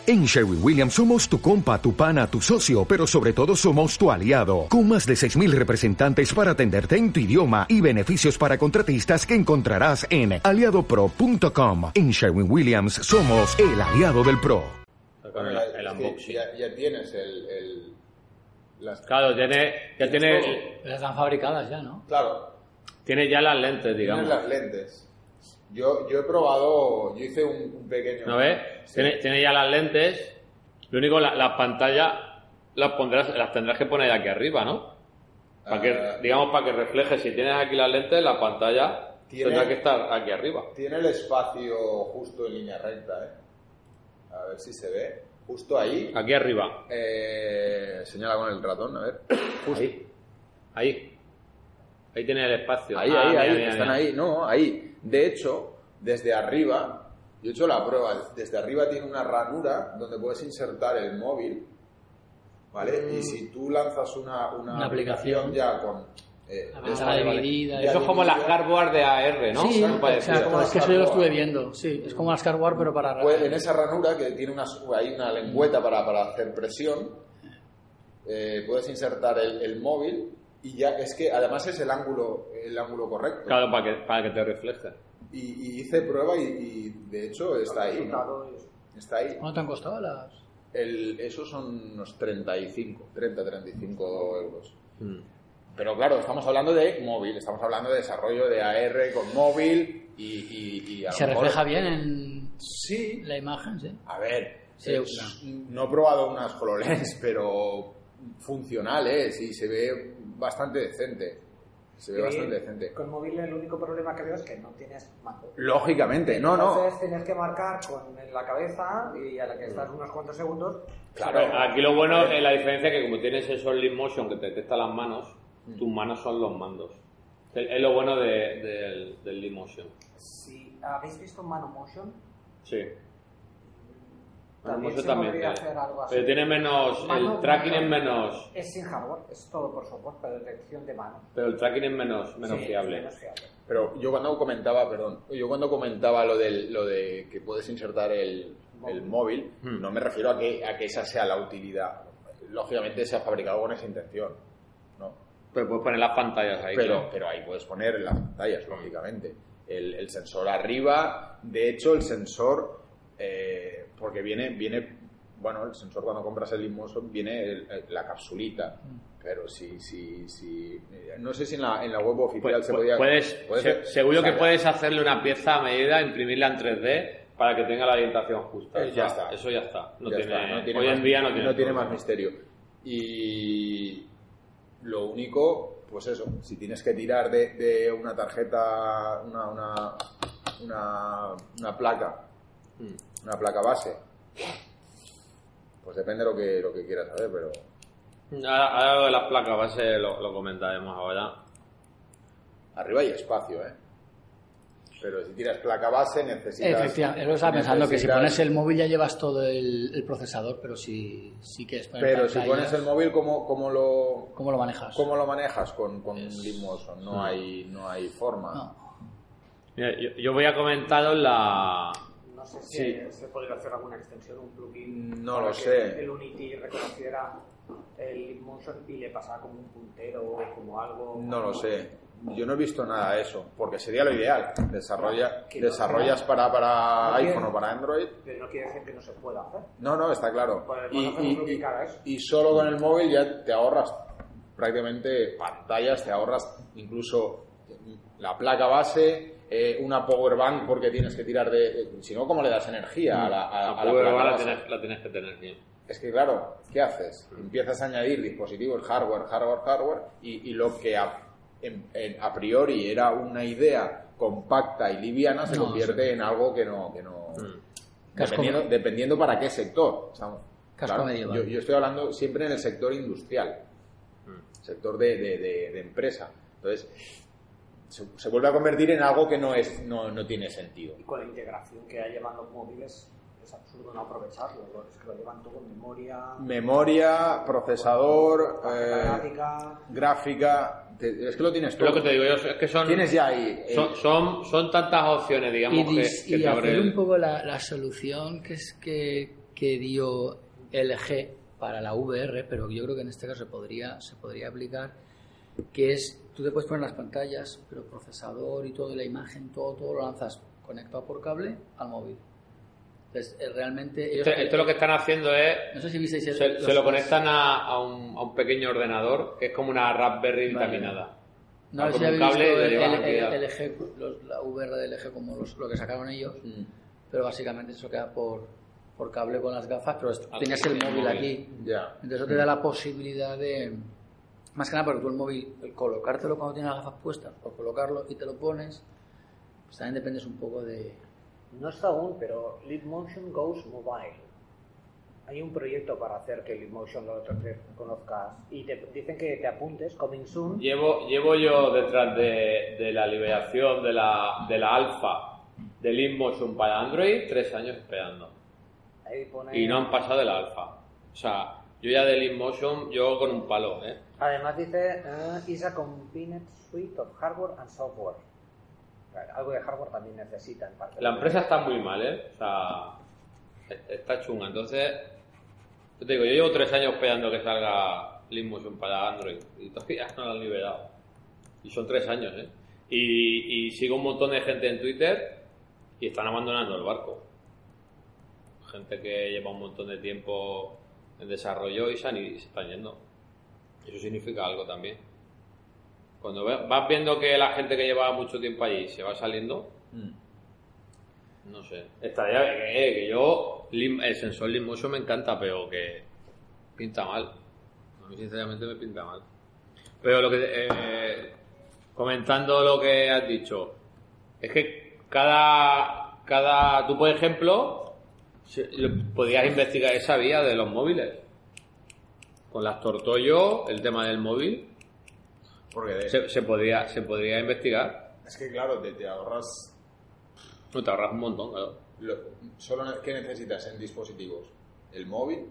En Sherwin-Williams somos tu compa, tu pana, tu socio, pero sobre todo somos tu aliado, con más de 6,000 representantes para atenderte en tu idioma y beneficios para contratistas que encontrarás en aliadopro.com. En Sherwin-Williams somos el aliado del pro. Con el unboxing. Ya tienes Claro, ya tiene... Pero están fabricadas ya, ¿no? Claro. Tiene ya las lentes, digamos. Tienes las lentes. Yo he probado, yo hice un pequeño... ¿No ves? Sí. Tiene ya las lentes. Lo único, las pantallas las tendrás que poner aquí arriba, ¿no? Para que refleje. Si tienes aquí las lentes, la pantalla tendrá que estar aquí arriba. Tiene el espacio justo en línea recta, ¿eh? A ver si se ve. Justo ahí. Aquí arriba. Señala con el ratón, a ver. Justo. Ahí tiene el espacio. Ahí. Están ahí. No, ahí. De hecho, desde arriba, yo he hecho la prueba. Desde arriba tiene una ranura donde puedes insertar el móvil, ¿vale? Y si tú lanzas una aplicación ya con... dividida. Eso es como las cardboard de AR, ¿no? Sí, es que eso yo lo estuve viendo. Sí, es como las cardboard, pero para... Pues en esa ranura, que tiene hay una lengüeta para hacer presión, puedes insertar el móvil y ya es que además es el ángulo correcto. Claro, para que te refleje. Y hice prueba y de hecho está ahí, ¿no? Está ahí. ¿Cuánto te han costado las...? Esos son unos 35 euros. Pero claro, estamos hablando de móvil, estamos hablando de desarrollo de AR con móvil y ¿Se refleja bien en sí. La imagen? Sí. A ver, sí, no he probado unas HoloLens, pero funcionales y se ve bastante decente. Con móvil el único problema que veo es que no tienes mando. Lógicamente, Entonces tienes que marcar con la cabeza y a la que estás unos cuantos segundos. Claro, aquí lo bueno es la diferencia que como tienes sensor Leap Motion que te detecta las manos, tus manos son los mandos. Es lo bueno del Leap Motion. Si habéis visto Mano Motion. Sí. También se también podría hacer algo así. Pero tiene menos... El tracking es menos... Es sin hardware, es todo por software, para detección de mano. Pero el tracking es menos fiable. Es menos fiable. Pero yo cuando comentaba lo de que puedes insertar el móvil, no me refiero a que esa sea la utilidad. Lógicamente se ha fabricado con esa intención, ¿no? Pero puedes poner las pantallas ahí. Pero ahí puedes poner las pantallas, lógicamente. El sensor arriba, de hecho el sensor... porque viene bueno, el sensor cuando compras el Leap viene la capsulita, pero si no sé si en la web oficial se podía... Seguro que puedes hacerle una pieza a medida, imprimirla en 3D para que tenga la orientación justa. Ya está. Eso ya está. Hoy en día no tiene más misterio. Y lo único, pues eso, si tienes que tirar de una tarjeta, una placa, una placa base, pues depende de lo que quieras saber, pero... Ahora lo de las placas base lo comentaremos ahora. Arriba hay espacio, pero si tiras placa base necesitas... Efectivamente, lo estaba pensando, que si pones el móvil ya llevas todo el procesador, pero si quieres poner Pero pantallas, si pones el móvil, ¿cómo lo manejas? ¿Cómo lo manejas con Leap Motion? No hay forma. No. Mira, yo voy a comentaros la... No sé si se podría hacer alguna extensión, un plugin. No lo para sé. Que el Unity reconociera el Leap Motion y le pasara como un puntero o como algo. No lo sé. Yo no he visto nada de eso, porque sería lo ideal. Desarrollas para iPhone o para Android. Pero no quiere decir que no se pueda hacer. No, está claro. Podemos hacer un plugin que haga eso. Y solo con el móvil ya te ahorras prácticamente pantallas, te ahorras incluso la placa base, una power bank porque tienes que tirar si no, ¿cómo le das energía a la power placa bank? base? La tienes que tener bien. Es que claro, ¿qué haces? Empiezas a añadir dispositivos, hardware y lo que a priori era una idea compacta y liviana se convierte en algo que no dependiendo para qué sector. Claro, yo estoy hablando siempre en el sector industrial, sector de empresa. Entonces se vuelve a convertir en algo que no tiene sentido. Y con la integración que hay llevando móviles es absurdo no aprovecharlo. Es que lo llevan todo en memoria, procesador, gráfica. Es que lo tienes todo. Lo que te digo yo es que tienes ya ahí. Son tantas opciones, digamos, que y te abre hacer un poco la solución que es que que dio LG para la VR, pero yo creo que en este caso se podría aplicar, que es, tú te puedes poner las pantallas, pero el procesador y todo, la imagen, todo lo lanzas conectado por cable al móvil. Entonces, realmente... Esto lo que están haciendo es... No sé si visteis... Se lo conectan a un pequeño ordenador, que es como una Raspberry vitaminada. No sé si habéis visto la VR de LG como lo que sacaron ellos, pero básicamente eso queda por cable con las gafas, pero tenías el móvil aquí. Ya. Entonces eso te da la posibilidad de... Más que nada porque tú el móvil, el colocártelo cuando tienes las gafas puestas, o colocarlo y te lo pones, pues también dependes un poco de... No está aún, pero Leapmotion Goes Mobile. Hay un proyecto para hacer que Leapmotion lo conozcas y te dicen que te apuntes, coming soon. Llevo yo detrás de la liberación de la alfa de Leapmotion para Android 3 años esperando. Ahí pone... Y no han pasado de la alfa. O sea, yo ya de Leapmotion, yo con un palo, ¿eh? Además dice, is a combined suite of hardware and software. Algo de hardware también necesita en parte. La empresa está muy mal, ¿eh? O sea, está chunga. Entonces, yo te digo, yo llevo 3 años esperando que salga Leapmotion para Android y todavía no lo han liberado. Y son 3 años, ¿eh? Y sigo un montón de gente en Twitter y están abandonando el barco. Gente que lleva un montón de tiempo en desarrollo y se están yendo. Eso significa algo también. Cuando vas viendo que la gente que llevaba mucho tiempo allí se va saliendo, no sé. Estaría que yo, el sensor Leapmotion me encanta, pero que pinta mal. A mí sinceramente me pinta mal. Pero lo que comentando lo que has dicho, es que tú, por ejemplo, podías investigar esa vía de los móviles. Con las Tortoyo, el tema del móvil. Porque se podría investigar. es que claro, te ahorras... No, te ahorras un montón, claro. ¿Qué necesitas en dispositivos? El móvil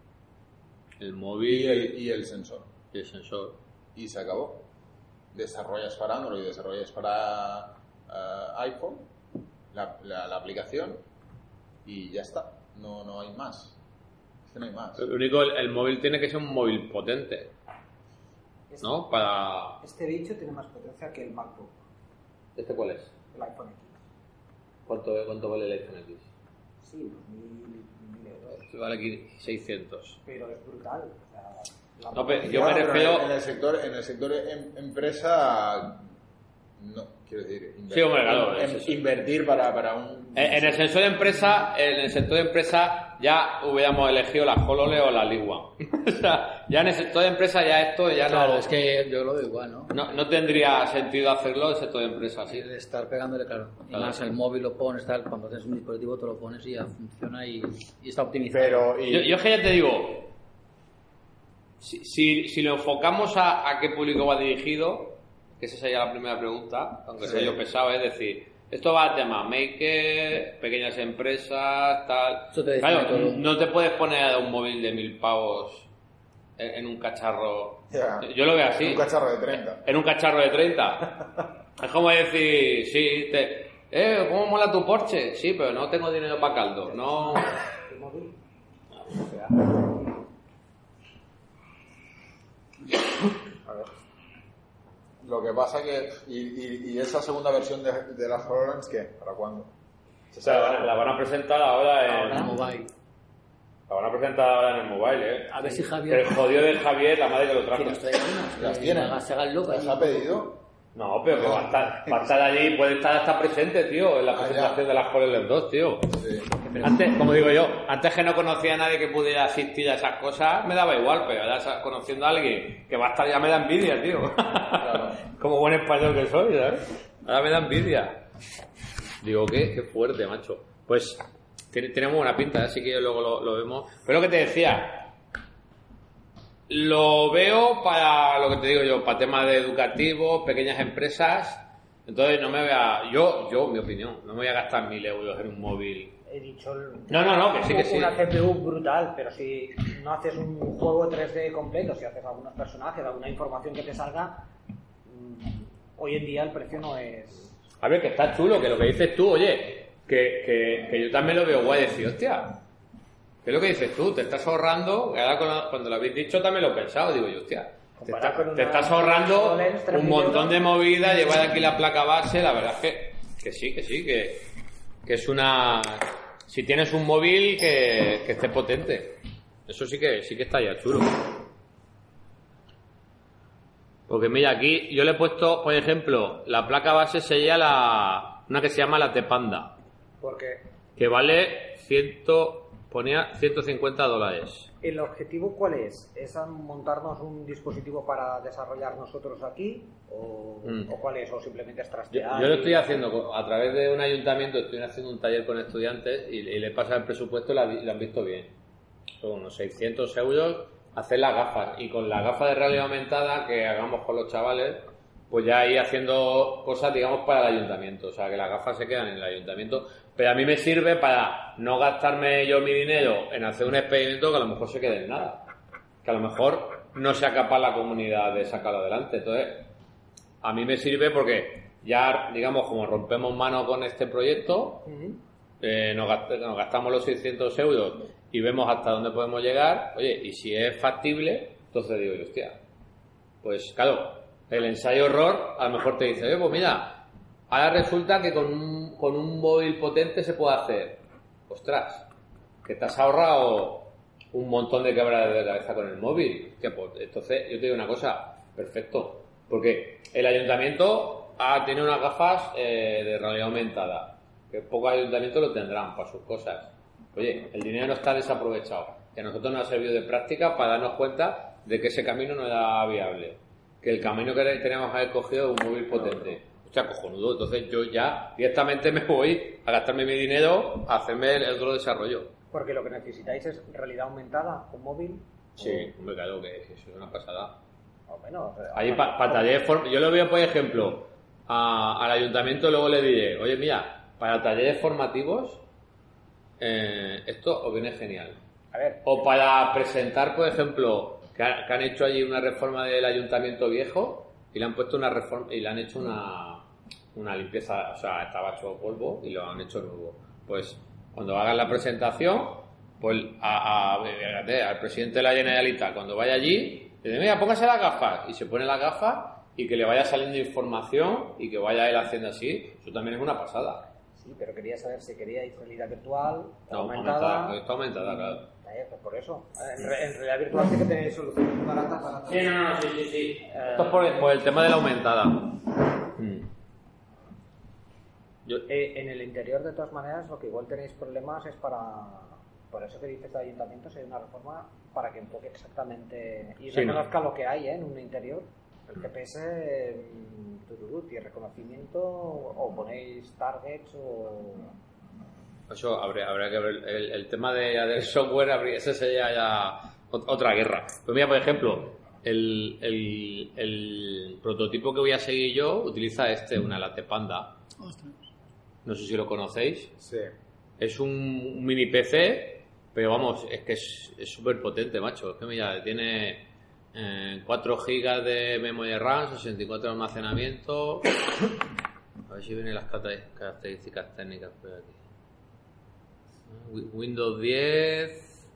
El móvil y el sensor. y el sensor. Y se acabó. Desarrollas para Android, desarrollas para iPhone la aplicación y ya está. No hay más. Es que no hay más. Lo único, el móvil tiene que ser un móvil potente, ¿no? Para... Este bicho tiene más potencia que el MacBook, ¿Este cuál es? el iPhone X. ¿Cuánto vale el iPhone X? Sí, unos 1.000 euros. Este vale aquí 600. Pero es brutal. O sea, No, pero yo Bueno, me pero refiero... en el sector empresa, no, quiero decir, Sí, hombre, claro, es eso. invertir para un... En el sector de empresa ya hubiéramos elegido la HoloLens o la Liwan. O sea, ya en el sector de empresa ya esto ya Claro, no... es que yo lo veo igual, ¿no? No tendría sentido hacerlo en el sector de empresa, Así sí. de estar pegándole, claro. Y Claro. más el móvil lo pones, tal, cuando tienes un dispositivo te lo pones y ya funciona y está optimizado. Pero... Yo es que ya te digo, si lo enfocamos a qué público va dirigido, que esa sería la primera pregunta, aunque sea yo pesado, es decir, esto va a tema maker, pequeñas empresas, tal. Eso te define Claro, todo. no te puedes poner un móvil de 1.000 pavos en un cacharro. Ya. Yo lo veo así. Un cacharro de 30. En un cacharro de 30. Es como decir, sí, ¿cómo mola tu Porsche? Sí, pero no tengo dinero para caldo. No. el móvil. A ver. Lo que pasa que... ¿Y esa segunda versión de las HoloLens qué? ¿Para cuándo? O sea, la van a presentar ahora en... Mobile. La van a presentar ahora en el mobile, ¿eh? A ver si Javier... El jodido de Javier, la madre que lo trajo. Que nos traiga unas, ¿Las que tienen? se hagan locas. ¿Las ha pedido? No, pero que va a estar allí, puede estar hasta presente, tío, en la presentación ya. de las HoloLens 2, tío. Sí. Antes, como digo yo, antes que no conocía a nadie que pudiera asistir a esas cosas, me daba igual, pero ahora conociendo a alguien que va a estar ya me da envidia, tío. Claro. Como buen español que soy, ¿sabes? Ahora me da envidia. Digo, qué fuerte, macho. Pues tiene muy buena pinta, así que luego lo vemos. Pero lo que te decía, lo veo para lo que te digo yo, para temas de educativos, pequeñas empresas. Entonces no me voy a... Yo, mi opinión, no me voy a gastar 1.000 euros en un móvil. He dicho No, que sí. una CPU brutal, pero si no haces un juego 3D completo, si haces algunos personajes, alguna información que te salga, hoy en día el precio no es... A ver, que está chulo, que lo que dices tú, oye, que yo también lo veo guay, decir, hostia, es lo que dices tú, te estás ahorrando, ahora cuando lo habéis dicho también lo he pensado, digo yo, hostia, te estás ahorrando un montón de movida, llevar aquí la placa base, la verdad es que sí, que es una... Si tienes un móvil que esté potente, eso sí que está ya chulo. Porque mira, aquí yo le he puesto, por ejemplo, la placa base sería una que se llama la Tepanda. ¿Por qué? Que vale ponía $150. ¿El objetivo cuál es? ¿Es montarnos un dispositivo para desarrollar nosotros aquí? ¿O cuál es? ¿O simplemente es trastear? Yo lo estoy haciendo a través de un ayuntamiento, estoy haciendo un taller con estudiantes y le pasa el presupuesto y lo han visto bien. Son unos 600 euros hacer las gafas, y con la gafa de realidad aumentada que hagamos con los chavales, pues ya ir haciendo cosas, digamos, para el ayuntamiento. O sea, que las gafas se quedan en el ayuntamiento, pero a mí me sirve para no gastarme yo mi dinero en hacer un experimento que a lo mejor se quede en nada, que a lo mejor no sea capaz la comunidad de sacarlo adelante. Entonces, a mí me sirve porque ya, digamos, como rompemos mano con este proyecto, nos gastamos los 600 euros y vemos hasta dónde podemos llegar. Oye, y si es factible, entonces digo, hostia, pues claro, el ensayo-error a lo mejor te dice, oye, pues mira, ahora resulta que con un móvil potente se puede hacer. Ostras, que te has ahorrado un montón de quebradas de cabeza con el móvil. Que, pues, entonces, yo te digo una cosa, perfecto, porque el ayuntamiento tiene unas gafas de realidad aumentada, que pocos ayuntamientos lo tendrán para sus cosas. Oye, el dinero no está desaprovechado, que a nosotros nos ha servido de práctica para darnos cuenta de que ese camino no era viable, que el camino que teníamos que haber cogido es un móvil potente. Hostia, cojonudo. Entonces yo ya directamente me voy a gastarme mi dinero a hacerme el otro desarrollo. Porque lo que necesitáis es realidad aumentada, un móvil. Sí, hombre, claro que es una pasada. Bueno, ahí para talleres, yo lo veo, por ejemplo, al ayuntamiento, luego le diré, oye, mira, para talleres formativos esto os viene genial. A ver. O para presentar, por ejemplo, que han hecho allí una reforma del ayuntamiento viejo y le han puesto una reforma y le han hecho una limpieza, o sea, estaba hecho polvo y lo han hecho nuevo. Pues cuando hagan la presentación, pues al presidente de la Generalitat, cuando vaya allí, le dice, mira, póngase las gafas, y se pone las gafas y que le vaya saliendo información y que vaya él haciendo así. Eso también es una pasada. Sí, pero quería saber si queríais realidad virtual, No, aumentada. Está aumentada, claro. Pues por eso. En realidad virtual sí que tenéis soluciones muy baratas para... Sí, no, sí. Esto es por el tema de la aumentada. En el interior, de todas maneras, lo que igual tenéis problemas es para... Por eso que dices de ayuntamientos, hay una reforma para que enfoque exactamente y reconozca lo que hay en un interior. El GPS, y reconocimiento, o ponéis targets, o... Eso habría que ver. El tema del software, esa sería ya otra guerra. Pues mira, por ejemplo, el prototipo que voy a seguir yo utiliza una Latte Panda. No sé si lo conocéis. Sí. Es un mini PC, pero vamos, es que es súper potente, macho. Es que mira, tiene 4 GB de memoria RAM, 64 de almacenamiento. A ver si vienen las características técnicas por aquí. Windows 10.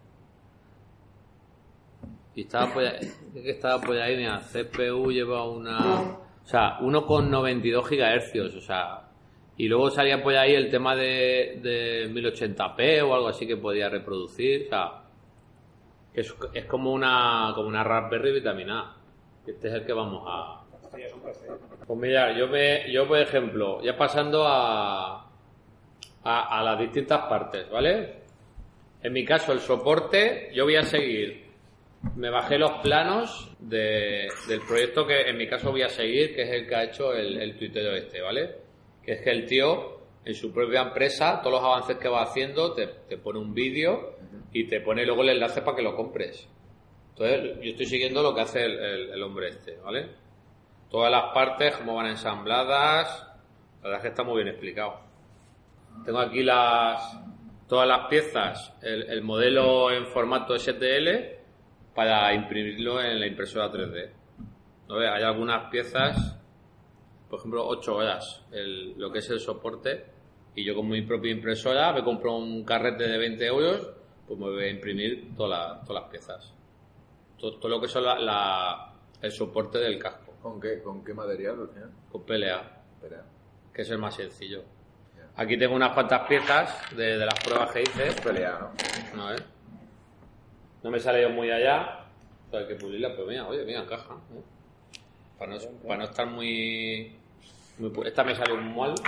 Y estaba por ahí, mira, CPU lleva o sea, 1,92 GHz, o sea, y luego salía por ahí el tema de 1080p o algo así que podía reproducir, o sea, es como una Raspberry vitaminada. Este es el que vamos a... Pues mira, yo por ejemplo, ya pasando a las distintas partes, ¿vale? En mi caso, el soporte, yo voy a seguir. Me bajé los planos del proyecto que en mi caso voy a seguir, que es el que ha hecho el tuitero ¿vale? Que es que el tío, en su propia empresa, todos los avances que va haciendo, te pone un vídeo y te pone luego el enlace para que lo compres. Entonces, yo estoy siguiendo lo que hace el hombre ¿vale? Todas las partes, cómo van ensambladas, la verdad es que está muy bien explicado. Tengo aquí todas las piezas, el modelo en formato STL para imprimirlo en la impresora 3D. ¿No? Hay algunas piezas, por ejemplo, 8 horas lo que es el soporte, y yo con mi propia impresora me compro un carrete de 20 euros, pues me voy a imprimir todas las piezas. Todo lo que son el soporte del casco. ¿Con qué material? Con PLA, Espera. que es el más sencillo. Aquí tengo unas cuantas piezas de las pruebas que hice. Es pelea, ¿no? No, no me sale yo muy allá. Hay que pulirla, pero mira, encaja. Para no estar muy... Esta me sale un mal.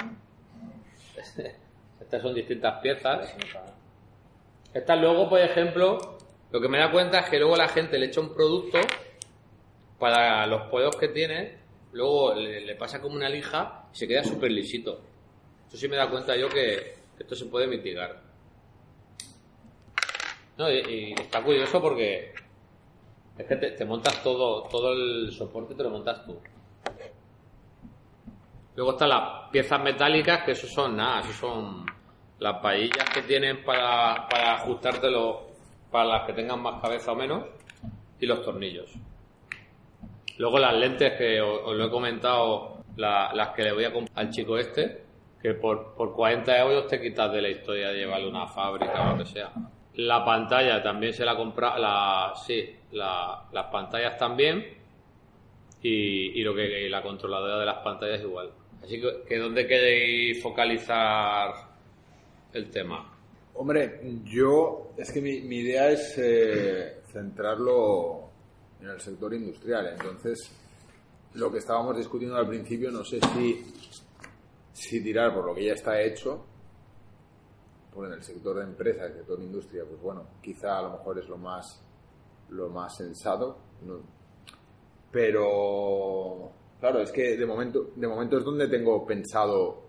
Estas son distintas piezas. Estas luego, por ejemplo, lo que me da cuenta es que luego la gente le echa un producto para los pollos que tiene, luego le pasa como una lija y se queda súper lisito. Eso sí me da cuenta yo que esto se puede mitigar. No, y está curioso porque es que te montas todo el soporte, te lo montas tú. Luego están las piezas metálicas, que eso son las varillas que tienen para ajustártelo para las que tengan más cabeza o menos, y los tornillos. Luego las lentes que os lo he comentado, las que le voy a comprar al chico este, que por 40 euros te quitas de la historia de llevarle una fábrica o lo que sea. La pantalla también se la compra, las pantallas también, y la controladora de las pantallas igual. Así que ¿dónde queréis focalizar el tema? Hombre, es que mi idea es centrarlo en el sector industrial. Entonces, lo que estábamos discutiendo al principio, no sé si tirar por lo que ya está hecho, porque en el sector de empresa, el sector de industria, pues bueno, quizá a lo mejor es lo más sensato, ¿no? Pero claro, es que de momento es donde tengo pensado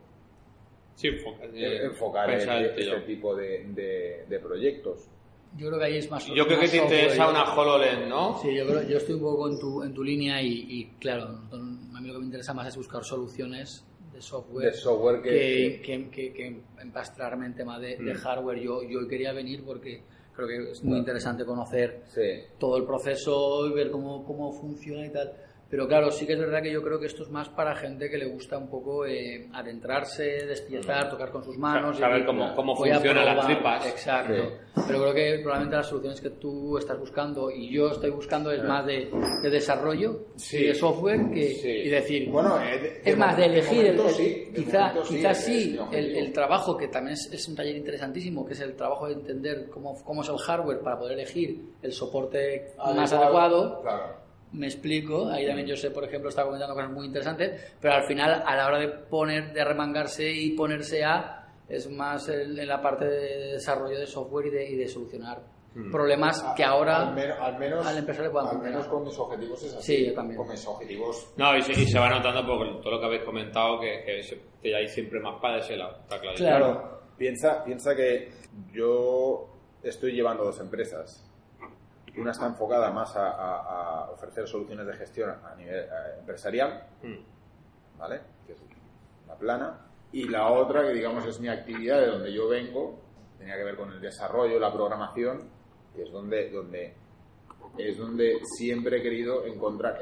enfocar este tipo de proyectos. Yo creo que ahí es más. Yo creo que te interesa una HoloLens, ¿no? Sí, yo estoy un poco en tu línea y claro, a mí lo que me interesa más es buscar soluciones de software que empastrar en tema de hardware. Yo quería venir porque creo que es muy interesante conocer todo el proceso y ver cómo funciona y tal. Pero claro, sí que es verdad que yo creo que esto es más para gente que le gusta un poco adentrarse, despiezar, tocar con sus manos. Saber cómo funcionan las tripas. Exacto. Sí. Pero creo que probablemente las soluciones que tú estás buscando y yo estoy buscando es más de desarrollo y de software y decir... Bueno, es más de elegir. Quizás el trabajo, que también es un taller interesantísimo, que es el trabajo de entender cómo es el hardware para poder elegir el soporte más adecuado. Claro. Me explico, ahí también yo sé, por ejemplo, estaba comentando cosas muy interesantes, pero al final, a la hora de remangarse y ponerse es más en la parte de desarrollo de software y de solucionar problemas que ahora al menos al empresario le puedan al funcionar. menos con mis objetivos es así. Sí, yo también. Con mis objetivos... No, y se va notando por todo lo que habéis comentado que hay siempre más para ese lado, está claro. Claro, piensa que yo estoy llevando 2 empresas. Una está enfocada más a ofrecer soluciones de gestión a nivel empresarial, ¿vale? Que es la plana. Y la otra, que digamos es mi actividad, de donde yo vengo, tenía que ver con el desarrollo, la programación, que es donde siempre he querido encontrar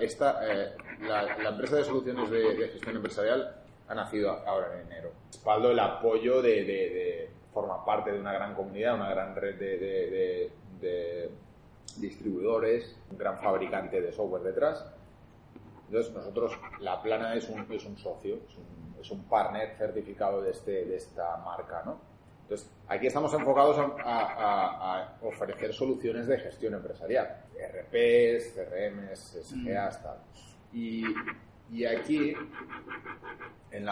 la empresa de soluciones de gestión empresarial ha nacido ahora en enero. Respaldo el apoyo de formar parte de una gran comunidad, una gran red de distribuidores, un gran fabricante de software detrás. Entonces nosotros, la plana es un socio, es un partner certificado de esta marca, ¿no? Entonces aquí estamos enfocados a ofrecer soluciones de gestión empresarial, ERPs, CRMs, SGAs, tal. Y aquí en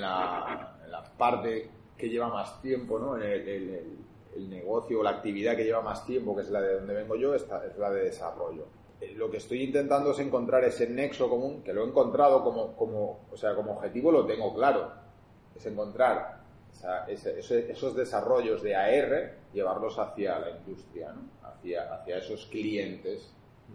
la parte que lleva más tiempo, ¿no? El negocio o la actividad que lleva más tiempo, que es la de donde vengo yo, es la de desarrollo. Lo que estoy intentando es encontrar ese nexo común, que lo he encontrado como objetivo, lo tengo claro. Es encontrar esos desarrollos de AR, llevarlos hacia la industria, ¿no? hacia esos clientes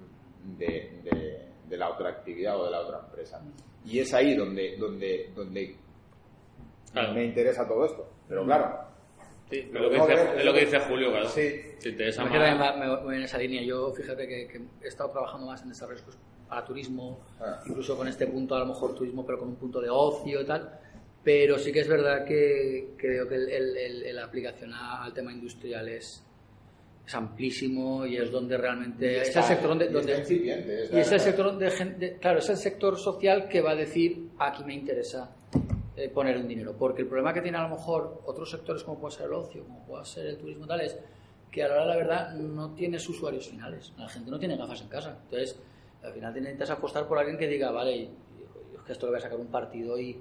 de la otra actividad o de la otra empresa. Y es ahí donde claro, me interesa todo esto. Pero claro, sí, es lo que dice Julio, claro. Sí. Te interesa más. Me voy en esa línea. Yo, fíjate que he estado trabajando más en desarrollos para turismo, incluso con este punto, a lo mejor turismo, pero con un punto de ocio y tal. Pero sí que es verdad que creo que la aplicación al tema industrial es es amplísimo y es donde realmente Está, es el sector donde incipiente, y es el sector donde gente, claro, es el sector social que va a decir aquí me interesa poner un dinero, porque el problema que tiene a lo mejor otros sectores como puede ser el ocio, como puede ser el turismo tal, es que a la hora de la verdad no tienes usuarios finales, la gente no tiene gafas en casa, entonces al final necesitas apostar por alguien que diga vale, yo es que esto le voy a sacar un partido y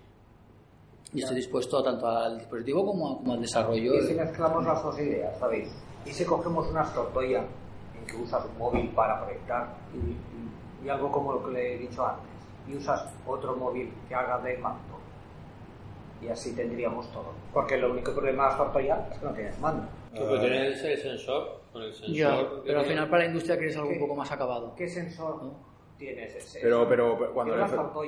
estoy dispuesto tanto al dispositivo como al desarrollo. Y si mezclamos las dos ideas, ¿sabéis? Y si cogemos una tortolla en que usas un móvil para proyectar y algo como lo que le he dicho antes, y usas otro móvil que haga de mando, y así tendríamos todo. Porque el único problema de las tortollas es que no tienes mando. Pero tienes el sensor, con el sensor. Ya, pero al final para la industria quieres algo un poco más acabado. ¿Qué sensor tienes ese? Pero cuando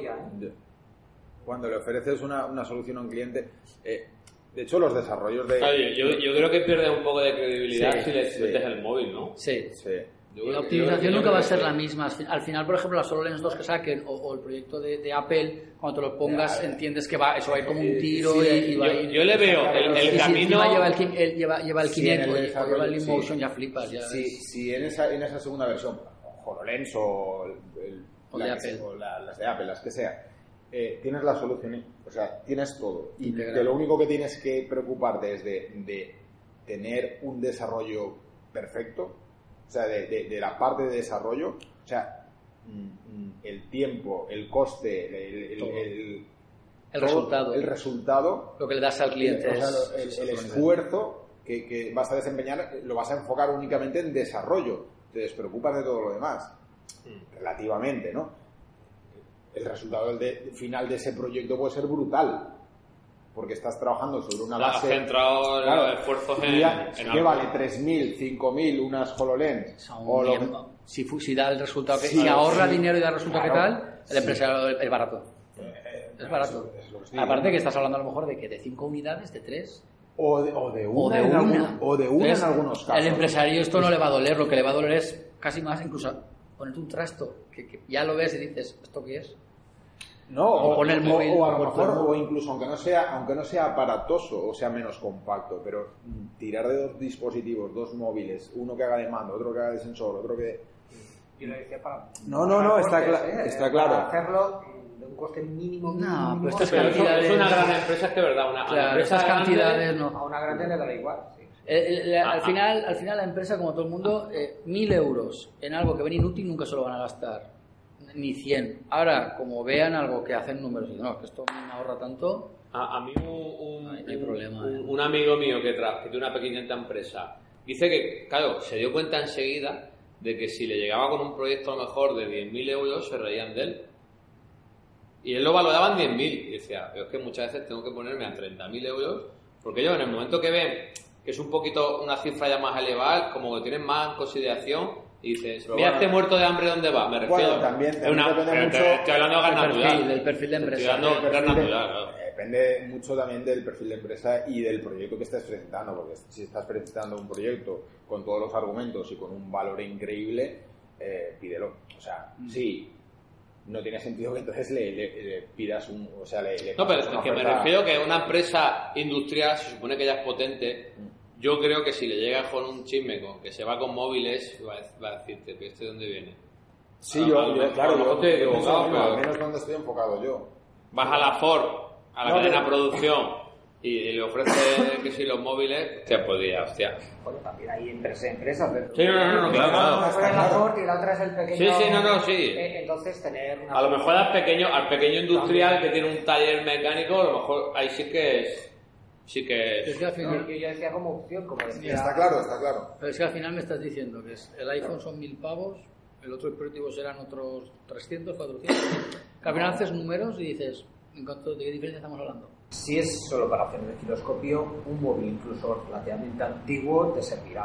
Cuando le ofreces una solución a un cliente, de hecho los desarrollos de... Claro, yo creo que pierdes un poco de credibilidad Sí, si le sí. metes el móvil, ¿no? Sí. Sí. Y la optimización nunca va a ser la misma. Al final, por ejemplo, las HoloLens 2 que saquen o el proyecto de Apple, cuando te lo pongas, entiendes que eso va a ir como un tiro y va a ir... Yo le veo el y camino... Si lleva el Sí, Kinect en el o lleva desarrollo, el Motion, sí. ya flipas. Ya Si en esa segunda versión, HoloLens o las de Apple, las que sea, tienes la solución, o sea, tienes todo. Y de lo único que tienes que preocuparte es de tener un desarrollo perfecto, o sea, de la parte de desarrollo, o sea, el tiempo, el coste, el resultado. El resultado, lo que le das al cliente. o sea, el esfuerzo que vas a desempeñar lo vas a enfocar únicamente en desarrollo. Te despreocupas de todo lo demás, relativamente, ¿no? El resultado final de ese proyecto puede ser brutal, porque estás trabajando sobre una base... Has centrado los esfuerzos en ¿Qué algo. vale? 3.000, 5.000 unas HoloLens. Si da el resultado que... Sí, si ahorra sí. dinero y da el resultado Claro, que tal, el sí. empresario es barato. Es barato. Es lo que digo. Aparte que estás hablando a lo mejor de que de 5 unidades, de 3... O de una en algunos casos. El empresario esto no le va a doler, lo que le va a doler es casi más incluso ponerte un trasto, que ya lo ves y dices, ¿esto qué es? No, o poner el móvil, o a lo mejor, o incluso aunque no sea aparatoso o sea menos compacto, pero tirar de dos dispositivos, dos móviles, uno que haga de mando, otro que haga de sensor, otro que... Yo lo decía para... No, está claro. Para hacerlo de un coste mínimo. No, pero estas Pero cantidades... es una gran empresa, es que verdad, una Claro, empresa estas grande, cantidades no. A una grande le dará igual. Sí. Al final la empresa, como todo el mundo, 1.000 euros en algo que ven inútil nunca se lo van a gastar. Ni 100. Ahora, como vean algo que hacen números, y no, es que esto me ahorra tanto. A mí No hay problema, un amigo mío que tiene una pequeña empresa dice que, claro, se dio cuenta enseguida de que si le llegaba con un proyecto a lo mejor de 10.000 euros se reían de él. Y él lo valoraba en 10.000 y decía, pero es que muchas veces tengo que ponerme a 30.000 euros porque ellos en el momento que ven que es un poquito una cifra ya más elevada, como que tienen más en consideración y dices, pero mira, bueno, este muerto de hambre, ¿dónde va? Me refiero. Bueno, también es una, depende pero mucho estoy hablando de gas natural. del perfil de empresa. Estoy hablando de gas natural, claro. Depende mucho también del perfil de empresa y del proyecto que estés presentando, porque si estás presentando un proyecto con todos los argumentos y con un valor increíble, pídelo. O sea, sí, no tiene sentido que entonces le pidas un... O sea, No, pero pases una es que me oferta. refiero que una empresa industrial se supone que ya es potente. Yo creo que si le llegas con un chisme con que se va con móviles, va a decirte, ¿pero este de dónde viene? Sí, claro, yo estoy equivocado, al pero menos donde estoy enfocado yo. vas a la Ford, a la No, cadena pero- producción y le ofreces que si los móviles, te podría, hostia. Bueno, también hay empresas. Pero... Sí, no, claro. Una es la Ford y la otra es el pequeño. Sí, sí. Entonces tener una... A lo mejor al pequeño industrial que tiene un taller mecánico, a lo mejor ahí sí que es. Es que al final, Yo decía como opción, como decía... Está claro. pero es que al final me estás diciendo que el iPhone son 1.000 pavos, el otro dispositivo serán otros 300, 400. Que al final haces números y dices, ¿de qué diferencia estamos hablando? Si es solo para hacer el giroscopio, un móvil incluso relativamente antiguo te servirá.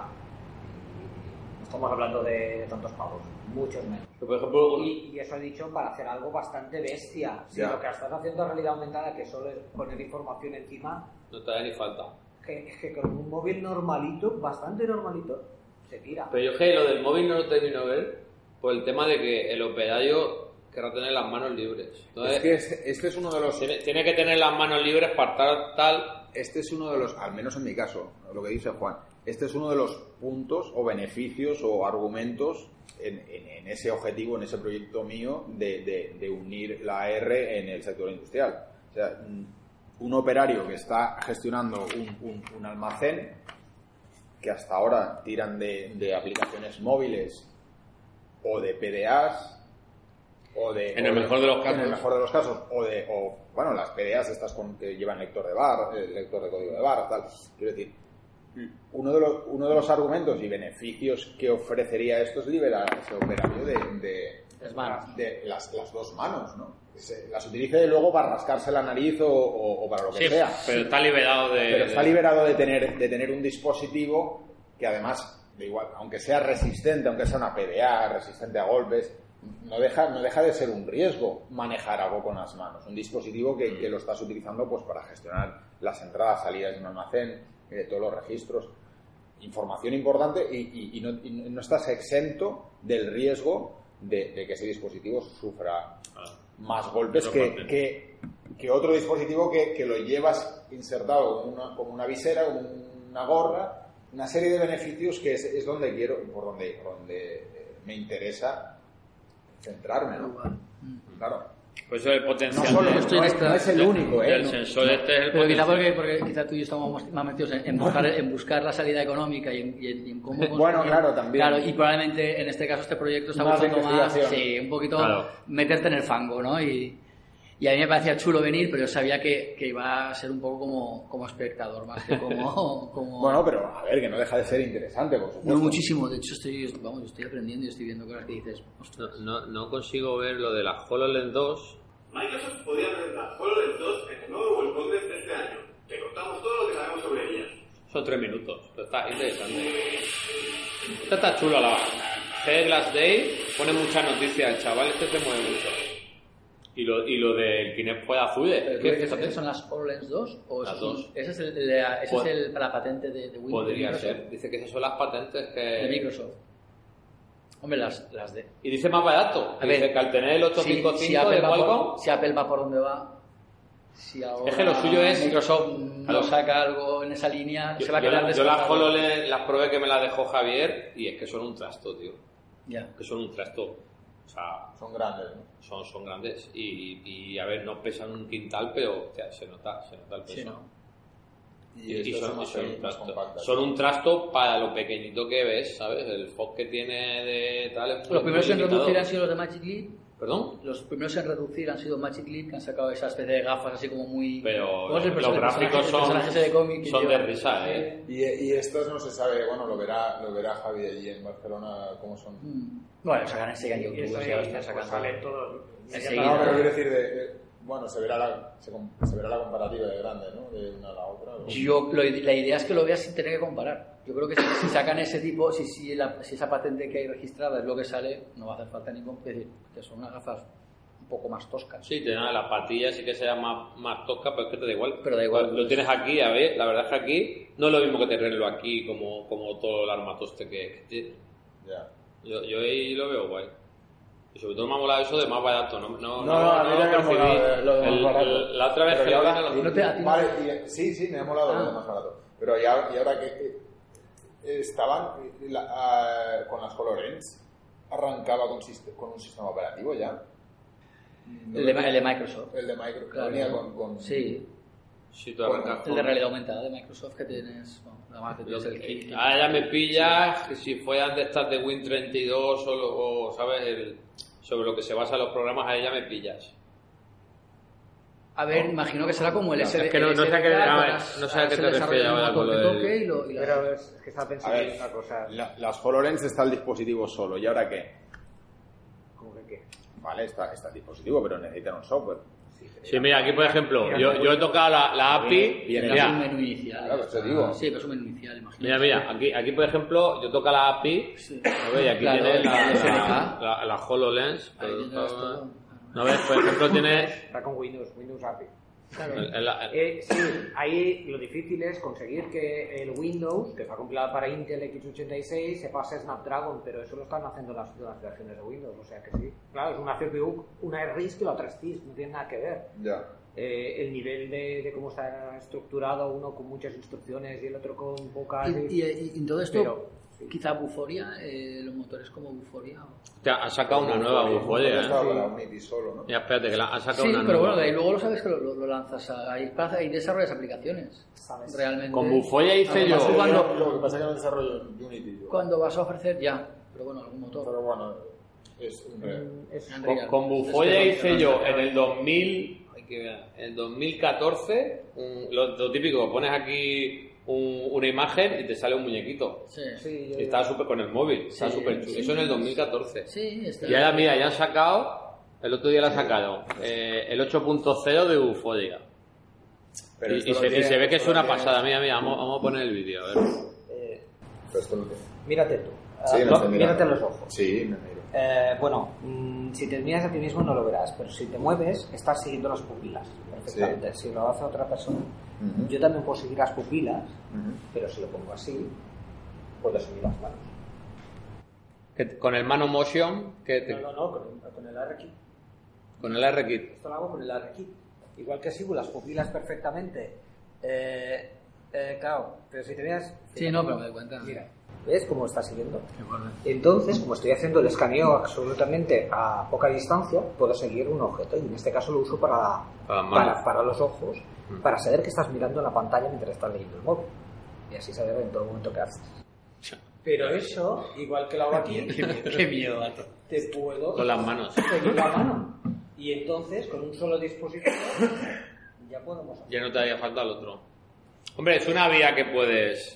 No estamos hablando de tantos pavos, muchos menos. Por ejemplo, Y eso he dicho para hacer algo bastante bestia. Si Ya. lo que estás haciendo en realidad aumentada, que solo es poner información encima, no te da ni falta. es que con un móvil normalito, bastante normalito, se tira. Pero yo que lo del móvil no lo termino de ver por el tema de que el operario querrá tener las manos libres. Entonces, Es que este es uno de los... tiene que tener las manos libres para tal. Este es uno de los, al menos en mi caso, lo que dice Juan, este es uno de los puntos o beneficios o argumentos en ese objetivo, en ese proyecto mío de unir la AR en el sector industrial. O sea, un operario que está gestionando un almacén, que hasta ahora tiran de aplicaciones móviles o de PDAs, en el mejor de los casos, bueno, las PDAs estas que llevan lector de bar, lector de código de bar, tal. Quiero decir, uno de los argumentos y beneficios que ofrecería esto es liberar a ese operario de las dos manos, ¿no? Las utilice luego para rascarse la nariz o para lo que sea. Pero está liberado de tener un dispositivo que además, de igual, aunque sea resistente, aunque sea una PDA, resistente a golpes, no deja de ser un riesgo manejar algo con las manos. Un dispositivo que lo estás utilizando pues para gestionar las entradas, salidas de un almacén, todos los registros, información importante y no estás exento del riesgo de que ese dispositivo sufra más golpes que otro dispositivo que lo llevas insertado como una visera, como una gorra, una serie de beneficios que es donde quiero, por donde me interesa centrarme, ¿no? Claro. Pues eso el potencial no es el único, el sensor este es el pero quizá porque quizá tú y yo estamos más metidos en buscar la salida económica y en cómo construir. Bueno, claro, también. Claro, y probablemente en este caso este proyecto está más buscando más, sí, un poquito meterte en el fango, ¿no? Y a mí me parecía chulo venir, pero yo sabía que iba a ser un poco como espectador, más que como... Bueno, pero a ver, que no deja de ser interesante, por supuesto. No, muchísimo. De hecho, estoy aprendiendo y estoy viendo cosas que dices... No consigo ver lo de la HoloLens 2. Microsoft podría presentar HoloLens 2 en el nuevo World Congress de este año. Te contamos todo lo que sabemos sobre ella. Son 3 minutos. Esto está interesante. Esto está chulo. La G-Glass Day pone muchas noticias. El chaval este se mueve mucho. Y lo del Kinect fue azul. ¿Qué son las HoloLens 2? ¿O las dos? Ese es la patente de Windows. Podría ser. Dice que esas son las patentes de Microsoft. Hombre, las de... Y dice más barato. Dice que al tener el 855 de Qualcomm... Si Apple va por donde va... Si ahora es que lo suyo es... Microsoft no saca algo en esa línea... Yo las HoloLens las probé que me las dejó Javier y es que son un trasto, tío. Ya. Que son un trasto. O sea... Son grandes, ¿no? Son grandes y a ver, no pesan un quintal, pero hostia, se nota el peso. Sí, ¿no? Y son un trasto. Son un trasto para lo pequeñito que ves, ¿sabes? El FOC que tiene de tal... Los primeros en reducir han sido los de Magic Leap. ¿Perdón? Los primeros en reducir han sido Magic Leap, que han sacado esa especie de gafas así como muy... Pero los gráficos son de risa, ¿eh? Y estos no se sabe, bueno, lo verá Javi allí en Barcelona, cómo son. Bueno, sacan enseguida en YouTube, ya lo están sacando. Salen todos. No, pero quiero decir, bueno, se verá la comparativa de grande, ¿no? De una a la otra. La idea es que lo veas sin tener que comparar. Yo creo que si sacan ese tipo, si esa patente que hay registrada es lo que sale, no va a hacer falta ningún... Es decir, que son unas gafas un poco más toscas. Sí, la patilla sí que sea más tosca, pero es que te da igual. Pero da igual. Lo tienes aquí, a ver, la verdad es que aquí no es lo mismo que tenerlo aquí como todo el armatoste que tiene. Ya. Yo ahí lo veo guay. Y sobre todo me ha molado eso de más barato. No, a mí me ha molado lo de más barato. La otra vez que sí, me ha molado lo de más barato. Pero y ahora que estaban con las HoloLens, arrancaba con un sistema operativo ya. El de Microsoft. El de Microsoft. Claro, venía con Sí. Si tú arrancas el de realidad aumentada de Microsoft que tienes... Además que tienes el kit. Ya me pillas que si fueran de estas de Win32 o ¿sabes? Sobre lo que se basan los programas, a ella me pillas. A ver, imagino que será como el SD. Es que no sé a qué te refieres ahora con lo del... Pero es que está pensando en una cosa. Las HoloLens está el dispositivo solo. ¿Y ahora qué? ¿Cómo que qué? Vale, está el dispositivo, pero necesitan un software. Sí, mira, aquí por ejemplo, yo he tocado la API. Mira, es un menú inicial. Claro, te digo. Sí, pero es un menú inicial, imagino. Mira, aquí por ejemplo, yo toco la API. Sí. ¿No ves? Y aquí tienes la HoloLens. ¿No ves? Por ejemplo, tienes... Está con Windows API. Claro. Sí, ahí lo difícil es conseguir que el Windows, que está compilado para Intel x86, se pase a Snapdragon, pero eso lo están haciendo las versiones de Windows, o sea que sí. Claro, es una CPU, una es RISC y la otra es CISC, no tiene nada que ver. Ya. El nivel de cómo está estructurado, uno con muchas instrucciones y el otro con pocas. Y en todo esto, quizá Vuforia, los motores como Vuforia. Ha sacado una nueva Vuforia, Para Unity solo, ¿no? Ya, espérate, que ha sacado Sí, una pero nueva. bueno, de ahí luego lo sabes que lo lanzas ahí desarrollas aplicaciones. ¿Sabes? Realmente. Con Vuforia hice yo. Lo que pasa es que no desarrollo en Unity. Yo. Cuando vas a ofrecer ya, pero bueno, algún motor. Pero bueno, es un Con Vuforia hice yo en el 2000, en el 2014, lo típico, pones aquí una imagen y te sale un muñequito. Sí, Y estaba súper con el móvil, está Sí, súper chulo. sí. Eso en el 2014. sí, está. Y ahora mira, ya han sacado, el otro día lo han sacado, el 8.0 de Vuforia. Pero Y esto se ve que es una tiene- pasada. Mira, vamos a poner el vídeo, a ver. Pero esto no tiene. Mírate tú. Sí, no estoy Mírate mirando. los ojos. Sí, me miro. Bueno, si te miras a ti mismo no lo verás, pero si te mueves, estás siguiendo las pupilas perfectamente. Si lo hace otra persona, yo también puedo seguir las pupilas, pero si lo pongo así, puedo seguir las manos. Con el Mano Motion, No, con el R-Kit. con el R-Kit. Esto lo hago con el R-Kit. Igual que sigo las pupilas perfectamente. Claro, pero si te miras... Sí, no, pero me doy cuenta. Mira, ¿ves cómo está siguiendo? De acuerdo. Entonces, como estoy haciendo el escaneo absolutamente a poca distancia, puedo seguir un objeto y en este caso lo uso para los ojos, para saber que estás mirando en la pantalla mientras estás leyendo el móvil y así saber en todo momento qué haces. Pero eso, igual que lo hago aquí, Qué miedo, gato. te puedo Con las manos. seguir la mano y entonces con un solo dispositivo ya podemos hacer. Ya no te haría falta el otro. Hombre, es una vía que puedes...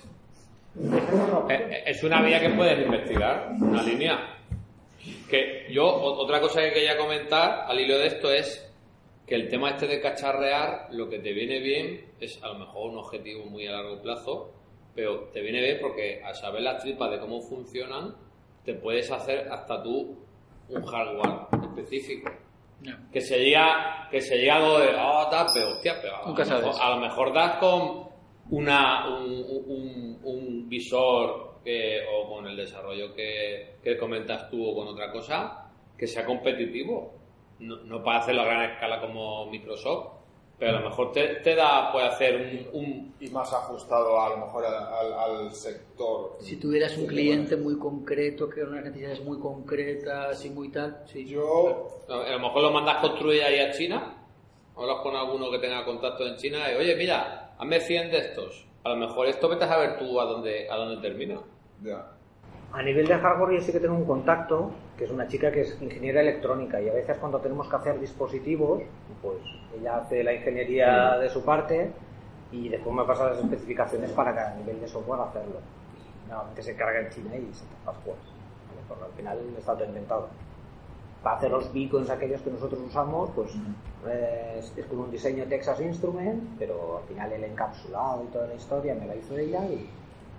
Es una vía que puedes investigar, una línea. Que yo, otra cosa que quería comentar al hilo de esto es que el tema este de cacharrear, lo que te viene bien es a lo mejor un objetivo muy a largo plazo, pero te viene bien porque al saber las tripas de cómo funcionan, te puedes hacer hasta tú un hardware específico. No. Que sería algo de, tal, pero hostia, pero Nunca sabes. a lo mejor das con un visor o con el desarrollo que comentas tú o con otra cosa que sea competitivo, no para hacerlo a gran escala como Microsoft, pero a lo mejor puede hacer Y más ajustado a lo mejor al sector. Si tuvieras un cliente muy concreto, que unas necesidades muy concretas y muy tal, sí. a lo mejor lo mandas construir ahí a China, hablas con alguno que tenga contacto en China y oye, mira, hazme 100 de estos. A lo mejor esto vete a ver tú a dónde termina. Ya. A nivel de hardware yo sí que tengo un contacto, que es una chica que es ingeniera electrónica y a veces cuando tenemos que hacer dispositivos, pues ella hace la ingeniería de su parte y después me pasa las especificaciones para que a nivel de software hacerlo. Y normalmente se carga en China y se te pascuas. ¿Vale? Porque al final está todo inventado. Para hacer los beacons aquellos que nosotros usamos, pues es con un diseño Texas Instruments, pero al final el encapsulado y toda la historia me la hizo ella y...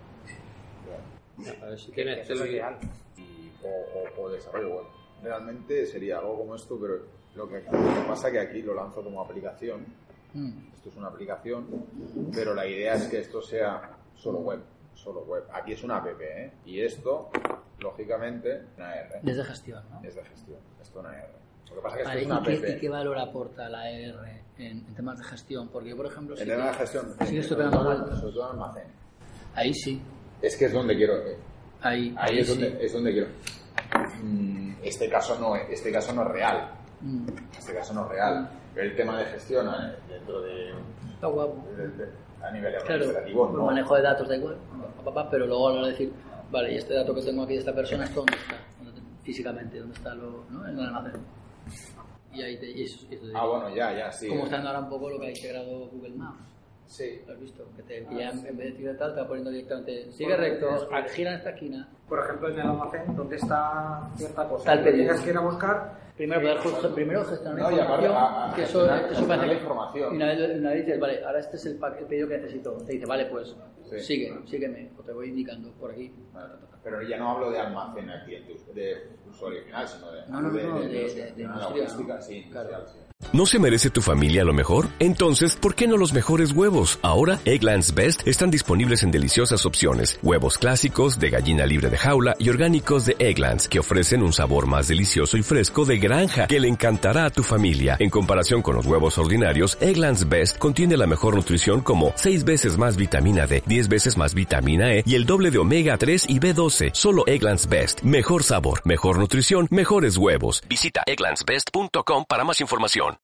A ver si que tienes eso es lo ideal. O desarrollo. Bueno, realmente sería algo como esto, pero lo que pasa es que aquí lo lanzo como aplicación. Esto es una aplicación, pero la idea es que esto sea solo web. Aquí es una app, ¿eh? Y esto, lógicamente, una R. Desde gestión, ¿no? Es de gestión. Esto una R. Lo que pasa es que Vale, esto es una app. ¿y qué valor aporta la R en temas de gestión? Porque yo, por ejemplo, En temas de gestión, sí que estoy pegando vueltas. sobre todo en almacén. Ahí sí. Es que es donde quiero. Ahí Es sí. donde quiero. Este caso no es real. Este caso no es real. Pero el tema de gestión dentro de Está guapo. a nivel Claro, administrativo, el no. manejo de datos da igual, pero luego a la hora de decir, vale, y este dato que tengo aquí de esta persona, ¿esto dónde está? Físicamente, ¿dónde está ¿no? En el almacén? Y ahí eso Bueno, ya, sí. como está ahora un poco lo que ha integrado Google Maps. Sí. ¿Lo has visto? Que ya en vez de decir tal, te va poniendo directamente, sigue recto, gira en esta esquina, Por ejemplo, en el almacén, ¿dónde está cierta cosa? Tal pedido. Tienes que ir a buscar. Primero gestionar la No, y aparte, información, que eso gestionar parece la que... información. Y una vez dices, vale, ahora este es el pedido que necesito. Te dice, vale, pues sígueme, o te voy indicando por aquí. Pero ya no hablo de almacén aquí, de usuario final, sino de... De la logística, sí, industrial, sí. ¿No se merece tu familia lo mejor? Entonces, ¿por qué no los mejores huevos? Ahora, Eggland's Best están disponibles en deliciosas opciones. Huevos clásicos, de gallina libre de jaula y orgánicos de Eggland's, que ofrecen un sabor más delicioso y fresco de granja que le encantará a tu familia. En comparación con los huevos ordinarios, Eggland's Best contiene la mejor nutrición como 6 veces más vitamina D, 10 veces más vitamina E y el doble de omega 3 y B12. Solo Eggland's Best. Mejor sabor, mejor nutrición, mejores huevos. Visita egglandsbest.com para más información.